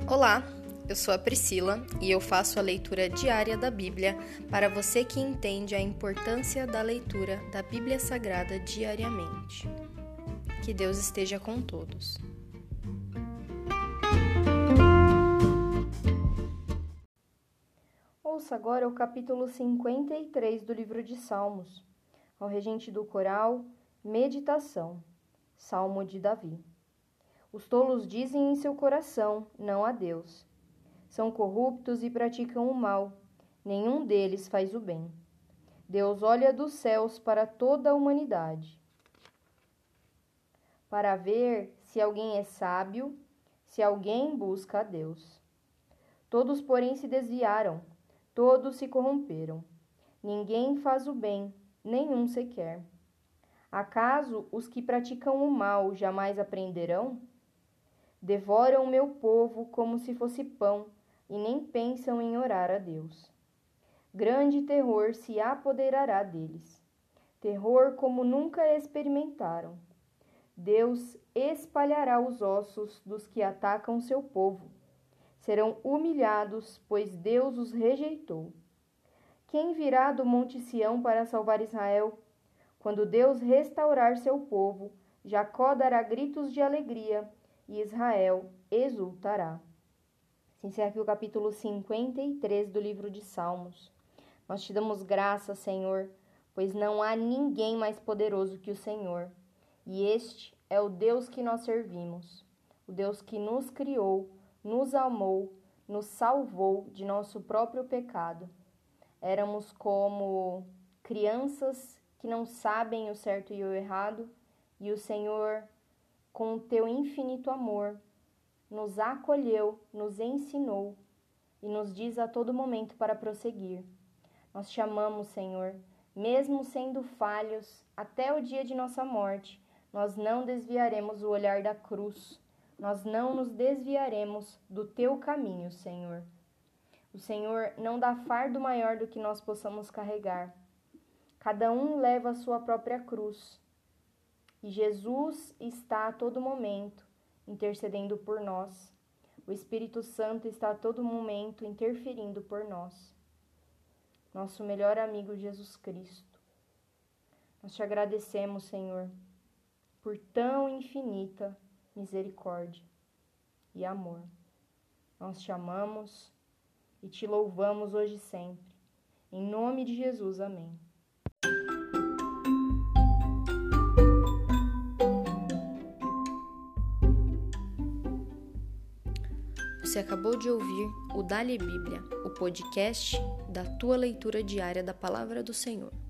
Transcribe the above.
Olá, eu sou a Priscila e eu faço a leitura diária da Bíblia para você que entende a importância da leitura da Bíblia Sagrada diariamente. Que Deus esteja com todos. Ouça agora o capítulo 53 do livro de Salmos. Ao regente do coral, meditação. Salmo de Davi. Os tolos dizem em seu coração, não a Deus. São corruptos e praticam o mal. Nenhum deles faz o bem. Deus olha dos céus para toda a humanidade, para ver se alguém é sábio, se alguém busca a Deus. Todos, porém, se desviaram, todos se corromperam. Ninguém faz o bem, nenhum sequer. Acaso os que praticam o mal jamais aprenderão? Devoram o meu povo como se fosse pão e nem pensam em orar a Deus. Grande terror se apoderará deles, terror como nunca experimentaram. Deus espalhará os ossos dos que atacam seu povo. Serão humilhados, pois Deus os rejeitou. Quem virá do Monte Sião para salvar Israel? Quando Deus restaurar seu povo, Jacó dará gritos de alegria e Israel exultará. Se encerra aqui o capítulo 53 do livro de Salmos. Nós te damos graça, Senhor, pois não há ninguém mais poderoso que o Senhor. E este é o Deus que nós servimos, o Deus que nos criou, nos amou, nos salvou de nosso próprio pecado. Éramos como crianças que não sabem o certo e o errado, e o Senhor, com o teu infinito amor, nos acolheu, nos ensinou e nos diz a todo momento para prosseguir. Nós te amamos, Senhor, mesmo sendo falhos, até o dia de nossa morte, nós não desviaremos o olhar da cruz, nós não nos desviaremos do teu caminho, Senhor. O Senhor não dá fardo maior do que nós possamos carregar. Cada um leva a sua própria cruz. E Jesus está a todo momento intercedendo por nós. O Espírito Santo está a todo momento interferindo por nós. Nosso melhor amigo Jesus Cristo. Nós te agradecemos, Senhor, por tão infinita misericórdia e amor. Nós te amamos e te louvamos hoje e sempre. Em nome de Jesus, amém. Você acabou de ouvir o Dali Bíblia, o podcast da tua leitura diária da Palavra do Senhor.